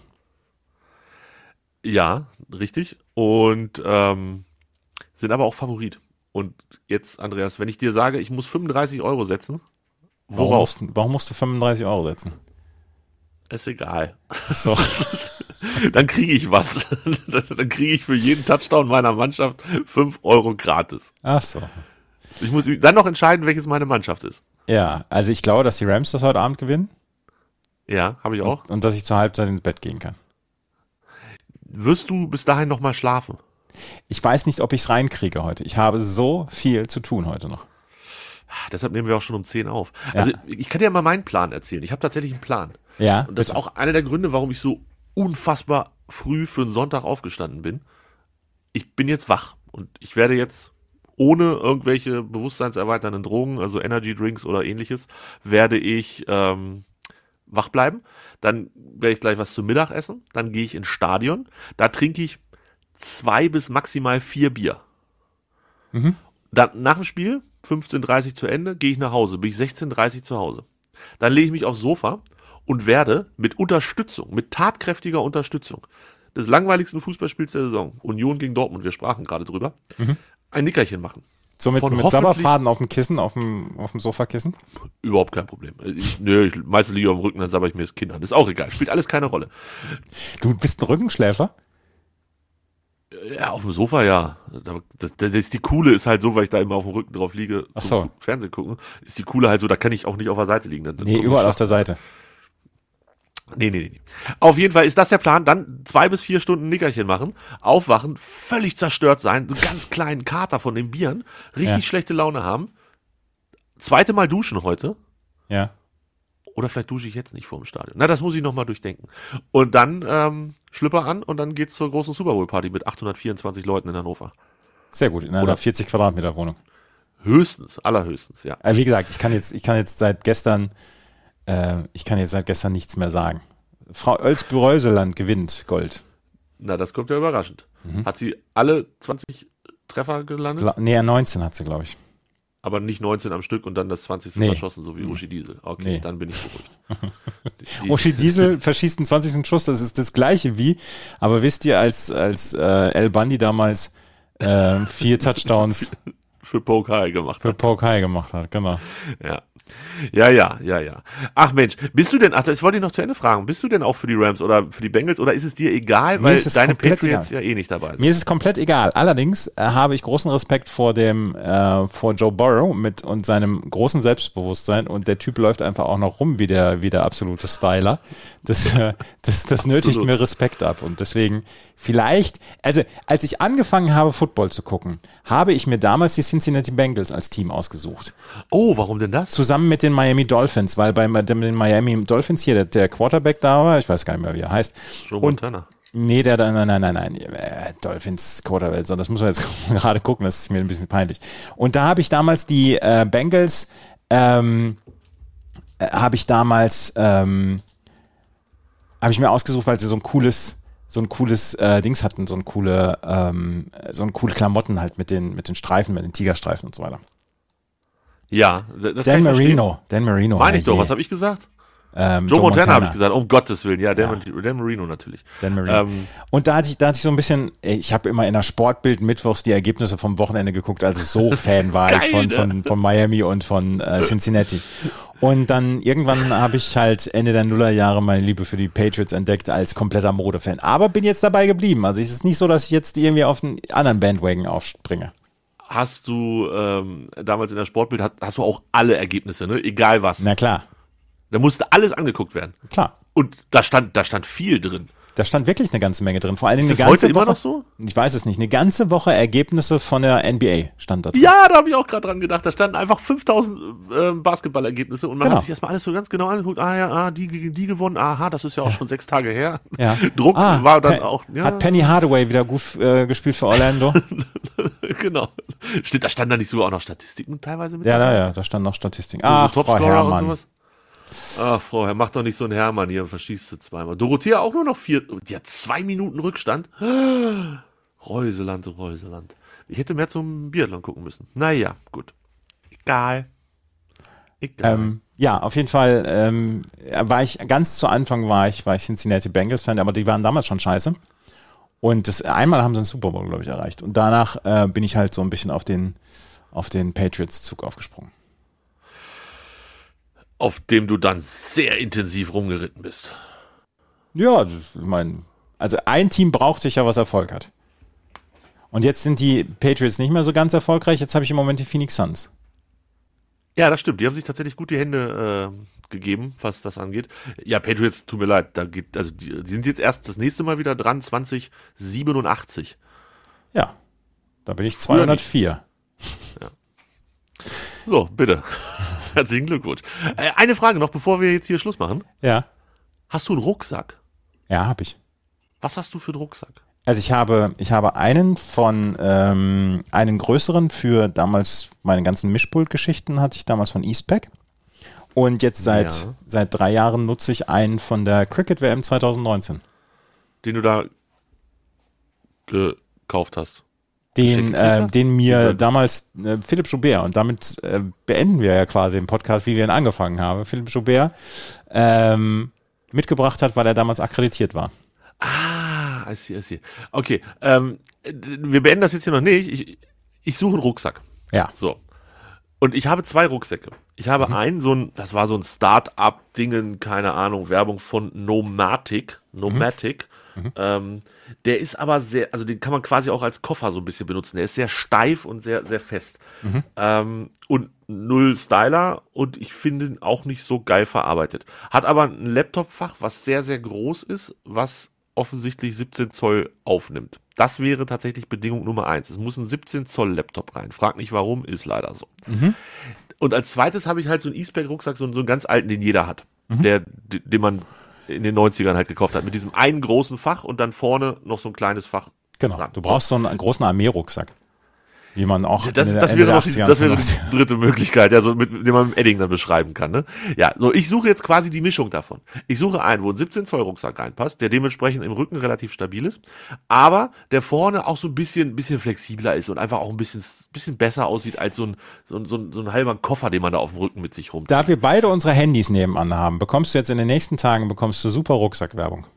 Ja, richtig. Und ähm, sind aber auch Favorit. Und jetzt, Andreas, wenn ich dir sage, ich muss fünfunddreißig Euro setzen,
Warum
worauf?
musst, warum musst du fünfunddreißig Euro setzen?
Ist egal.
So.
Dann kriege ich was. Dann kriege ich für jeden Touchdown meiner Mannschaft fünf Euro gratis.
Ach so.
Ich muss dann noch entscheiden, welches meine Mannschaft ist.
Ja, also ich glaube, dass die Rams das heute Abend gewinnen
Ja, habe ich auch.
und dass ich zur Halbzeit ins Bett gehen kann.
Wirst du bis dahin noch mal schlafen?
Ich weiß nicht, ob ich es reinkriege heute. Ich habe so viel zu tun heute noch.
Deshalb nehmen wir auch schon um zehn auf.
Ja.
Also ich kann dir mal meinen Plan erzählen. Ich habe tatsächlich einen Plan.
Ja,
Und das ist auch einer der Gründe, warum ich so unfassbar früh für einen Sonntag aufgestanden bin. Ich bin jetzt wach und ich werde jetzt ohne irgendwelche bewusstseinserweiternden Drogen, also Energy Drinks oder ähnliches, werde ich ähm, wach bleiben. Dann werde ich gleich was zum Mittag essen. Dann gehe ich ins Stadion. Da trinke ich zwei bis maximal vier Bier.
Mhm.
Dann nach dem Spiel, fünfzehn Uhr dreißig zu Ende, gehe ich nach Hause. Bin ich sechzehn Uhr dreißig zu Hause. Dann lege ich mich aufs Sofa und werde mit Unterstützung, mit tatkräftiger Unterstützung des langweiligsten Fußballspiels der Saison, Union gegen Dortmund, wir sprachen gerade drüber,
Mhm.
ein Nickerchen machen.
so mit,
von
mit
hoffentlich-
Sabberfaden auf dem Kissen, auf dem, auf dem Sofakissen.
Überhaupt kein Problem. Ich, nö, ich meistens liege auf dem Rücken, dann sabber ich mir das Kinn an. Ist auch egal, spielt alles keine Rolle.
Du bist ein Rückenschläfer?
Ja, auf dem Sofa, ja. Das, das, das, die Coole ist halt so, weil ich da immer auf dem Rücken drauf liege,
Ach
zum
so.
Fernsehen gucken, ist die Coole halt so, da kann ich auch nicht auf der Seite liegen. Dann
Nee, überall auf der Seite.
Nee, nee, nee. Auf jeden Fall ist das der Plan. Dann zwei bis vier Stunden Nickerchen machen, aufwachen, völlig zerstört sein, so einen ganz kleinen Kater von den Bieren, richtig
Ja.
schlechte Laune haben. Zweite Mal duschen heute.
Ja.
Oder vielleicht dusche ich jetzt nicht vor dem Stadion. Na, das muss ich nochmal durchdenken. Und dann ähm, Schlüpper an und dann geht's zur großen Super Bowl Party mit achthundertvierundzwanzig Leuten in Hannover.
Sehr gut, in einer
Oder-
vierzig Quadratmeter Wohnung.
Höchstens, allerhöchstens, ja.
Aber wie gesagt, ich kann jetzt, ich kann jetzt seit gestern, äh, ich kann jetzt seit gestern nichts mehr sagen. Frau Oelsbüreuseland gewinnt Gold.
Na, das kommt ja überraschend.
Mhm.
Hat sie alle zwanzig Treffer gelandet?
Gla- Nee, neunzehn hat sie, glaube ich.
Aber nicht neunzehn am Stück und dann das zwanzigste
Nee.
verschossen, so wie Uschi Diesel. Okay,
Nee.
dann bin ich beruhigt. Die-
Uschi Diesel verschießt einen zwanzigsten Schuss, das ist das gleiche wie, aber wisst ihr, als, als äh, Al Bundy damals äh, vier Touchdowns
Für Poke gemacht
für
hat.
Poke High gemacht hat, genau.
Ja. Ja, ja, ja, ja. Ach Mensch, bist du denn, ach, das wollte ich noch zu Ende fragen, bist du denn auch für die Rams oder für die Bengals oder ist es dir egal,
Mir
weil
ist es
deine
komplett
Patriots
egal.
ja eh nicht dabei sind?
Mir ist es komplett egal. Allerdings äh, habe ich großen Respekt vor dem, äh, vor Joe Burrow mit und seinem großen Selbstbewusstsein und der Typ läuft einfach auch noch rum wie der, wie der absolute Styler. Das, äh, das, das nötigt
Absolut.
mir Respekt ab und deswegen vielleicht, also als ich angefangen habe, Football zu gucken, habe ich mir damals die Cincinnati Bengals als Team ausgesucht.
Oh, warum denn das?
Zusammen mit den Miami Dolphins, weil bei den Miami Dolphins hier der, der Quarterback da war, ich weiß gar nicht mehr, wie er heißt.
Joe
Und
Montana.
Nee, der, nein, nein, nein, nein, äh, Dolphins Quarterback, so, das muss man jetzt gerade gucken, das ist mir ein bisschen peinlich. Und da habe ich damals die äh, Bengals, ähm, äh, habe ich damals, ähm, habe ich mir ausgesucht, weil sie so ein cooles, so ein cooles äh, Dings hatten, so ein coole, ähm, so ein coole Klamotten halt mit den, mit den Streifen, mit den Tigerstreifen und so weiter.
Ja, das kann
Dan
ich
Marino, Dan Marino.
Meine ich
herrje.
doch, was habe ich gesagt?
Ähm,
Joe, Montana, habe ich gesagt, um Gottes Willen. Ja, Dan,
Ja.
Dan Marino natürlich.
Dan Marino.
Ähm,
Und da hatte ich, da hatte ich so ein bisschen, ich habe immer in der Sportbild mittwochs die Ergebnisse vom Wochenende geguckt, also so Fan war ich
Geil,
von,
ne?
von, von Miami und von äh, Cincinnati. Und dann irgendwann habe ich halt Ende der Nullerjahre meine Liebe für die Patriots entdeckt als kompletter Modefan. Aber bin jetzt dabei geblieben. Also es ist nicht so, dass ich jetzt irgendwie auf einen anderen Bandwagon aufspringe.
hast du ähm, damals in der Sportbild, hast, hast du auch alle Ergebnisse, ne? Egal was.
Na klar,
Da musste alles angeguckt werden.
klar.
Und da stand, da stand viel drin.
Da stand wirklich eine ganze Menge drin. Vor allen Dingen
Ist
eine
das
ganze
heute immer
Woche,
noch so?
Ich weiß es nicht. Eine ganze Woche Ergebnisse von der N B A stand da drin.
Ja, da habe ich auch gerade dran gedacht. Da standen einfach fünftausend äh, Basketballergebnisse und man
Genau.
hat sich erstmal alles so ganz genau angeguckt. Ah ja, ah, die gegen die gewonnen. Aha, das ist ja auch schon sechs Tage her.
Ja.
Druck
Ah,
war dann
Pe-
auch. Ja,
Hat Penny Hardaway wieder gut äh, gespielt für Orlando?
genau. Steht, da standen da nicht sogar auch noch Statistiken teilweise mit?
Ja,
dabei?
ja, ja, da stand noch Statistik.
So
Ah, Frau
Topscorer und
Herrmann.
sowas. Ach, Frau Herr, mach doch nicht so einen Hermann hier und verschießt sie zweimal. Dorothea auch nur noch vier, die hat zwei Minuten Rückstand. Reuseland, Reuseland. Ich hätte mehr zum Biathlon gucken müssen. Naja, gut. Egal. Egal.
Ähm, ja, auf jeden Fall ähm, war ich, ganz zu Anfang war ich, war ich Cincinnati Bengals Fan, aber die waren damals schon scheiße. Und das, einmal haben sie den Super Bowl, glaube ich, erreicht. Und danach äh, bin ich halt so ein bisschen auf den, auf den Patriots-Zug aufgesprungen.
Auf dem du dann sehr intensiv rumgeritten bist.
Ja, das, ich meine, also ein Team braucht sicher, was Erfolg hat. Und jetzt sind die Patriots nicht mehr so ganz erfolgreich. Jetzt habe ich im Moment die Phoenix Suns.
Ja, das stimmt. Die haben sich tatsächlich gut die Hände äh, gegeben, was das angeht. Ja, Patriots, tut mir leid, da geht, also die, die sind jetzt erst das nächste Mal wieder dran, zwanzig siebenundachtzig.
Ja, da bin ich zweihundertvier.
So, bitte. Herzlichen Glückwunsch. Äh, eine Frage noch, bevor wir jetzt hier Schluss machen.
Ja,
Hast du einen Rucksack?
ja, habe ich.
Was hast du für einen Rucksack?
Also ich habe, ich habe einen von, ähm, einen größeren für damals meine ganzen Mischpult-Geschichten hatte ich damals von Eastpak. Und jetzt seit,
Ja.
seit drei Jahren nutze ich einen von der Cricket-W M zwanzig neunzehn.
Den du da gekauft hast.
Den,
Geschenkt
äh,
gekriegt hast?
den mir
Super.
damals äh, Philipp Joubert, und damit äh, beenden wir ja quasi den Podcast, wie wir ihn angefangen haben. Philipp Joubert ähm, mitgebracht hat, weil er damals akkreditiert war.
Ah, I see, I see. Okay, ähm, wir beenden das jetzt hier noch nicht. Ich, ich suche einen Rucksack.
Ja.
So. Und ich habe zwei Rucksäcke. Ich habe einen, so ein, das war so ein Start-up-Dingen, keine Ahnung, Werbung von Nomatic. Nomatic. Mhm. Ähm, der ist aber sehr, also den kann man quasi auch als Koffer so ein bisschen benutzen. Der ist sehr steif und sehr, sehr fest. Mhm. Ähm, und null Styler und ich finde ihn auch nicht so geil verarbeitet. Hat aber ein Laptopfach, was sehr, sehr groß ist, was offensichtlich siebzehn Zoll aufnimmt. Das wäre tatsächlich Bedingung Nummer eins. Es muss ein siebzehn Zoll Laptop rein. Frag nicht warum, ist leider so. Mhm. Und als zweites habe ich halt so einen E-Spec-Rucksack, so, so einen ganz alten, den jeder hat. Mhm. Der, den man in den neunzigern halt gekauft hat. Mit diesem einen großen Fach und dann vorne noch so ein kleines Fach.
Genau, dran. Du brauchst so einen, einen großen Armee-Rucksack. Wie man auch
das,
in
das wäre noch die, das wäre die dritte Möglichkeit, ja, so mit, mit dem man im Edding dann beschreiben kann. Ne? Ja, so ich suche jetzt quasi die Mischung davon. Ich suche einen, wo ein siebzehn Zoll Rucksack reinpasst, der dementsprechend im Rücken relativ stabil ist, aber der vorne auch so ein bisschen, bisschen flexibler ist und einfach auch ein bisschen, bisschen besser aussieht als so ein, so ein, so ein, so ein halber Koffer, den man da auf dem Rücken mit sich rumträgt.
Da wir beide unsere Handys nebenan haben, bekommst du jetzt in den nächsten Tagen bekommst du super Rucksackwerbung.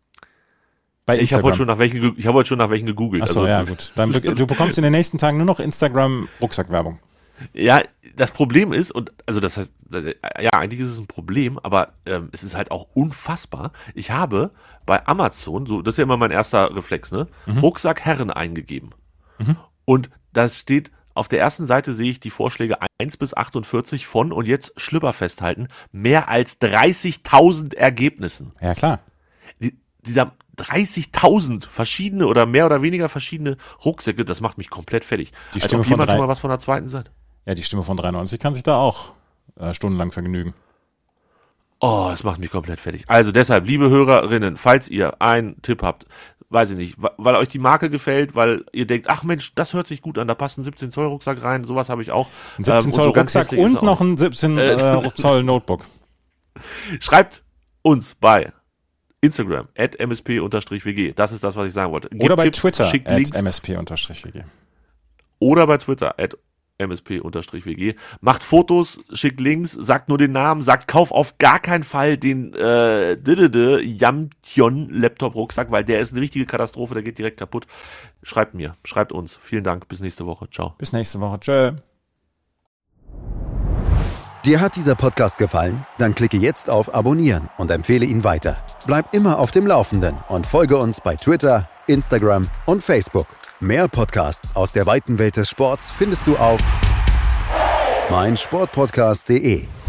Ich habe heute schon nach welchen, ich habe heute schon nach welchen gegoogelt.
Ach so, also, ja, gut. Dann, du bekommst in den nächsten Tagen nur noch Instagram-Rucksackwerbung.
Ja, das Problem ist, und also das heißt, ja, eigentlich ist es ein Problem, aber ähm, es ist halt auch unfassbar. Ich habe bei Amazon, so, das ist ja immer mein erster Reflex, ne, mhm. Rucksack Herren eingegeben. Mhm. Und das steht, auf der ersten Seite sehe ich die Vorschläge eins bis achtundvierzig von, und jetzt Schlüpper festhalten, mehr als dreißigtausend Ergebnissen.
Ja, klar.
Die, dieser dreißigtausend verschiedene oder mehr oder weniger verschiedene Rucksäcke, das macht mich komplett fertig.
Die Stimme von
jemand drei, schon mal was von der zweiten Seite.
Ja, die Stimme von dreiundneunzig kann sich da auch äh, stundenlang vergnügen.
Oh, das macht mich komplett fertig. Also deshalb, liebe Hörerinnen, falls ihr einen Tipp habt, weiß ich nicht, weil euch die Marke gefällt, weil ihr denkt, ach Mensch, das hört sich gut an, da passt ein siebzehn Zoll Rucksack rein, sowas habe ich auch.
Ein siebzehn Zoll ähm, und so Rucksack und noch ein siebzehn Zoll Notebook.
Schreibt uns bei Instagram, at m s p w g. Das ist das, was ich sagen wollte. Gebt
Oder bei
Tipps,
Twitter,
schickt
at
Links.
m s p w g.
Oder bei Twitter, at m s p w g. Macht Fotos, schickt Links, sagt nur den Namen, sagt, kauf auf gar keinen Fall den äh, Yamtion Laptop-Rucksack, weil der ist eine richtige Katastrophe, der geht direkt kaputt. Schreibt mir, schreibt uns. Vielen Dank, bis nächste Woche. Ciao.
Bis nächste Woche. Tschö.
Dir hat dieser Podcast gefallen? Dann klicke jetzt auf Abonnieren und empfehle ihn weiter. Bleib immer auf dem Laufenden und folge uns bei Twitter, Instagram und Facebook. Mehr Podcasts aus der weiten Welt des Sports findest du auf meinsportpodcast punkt de.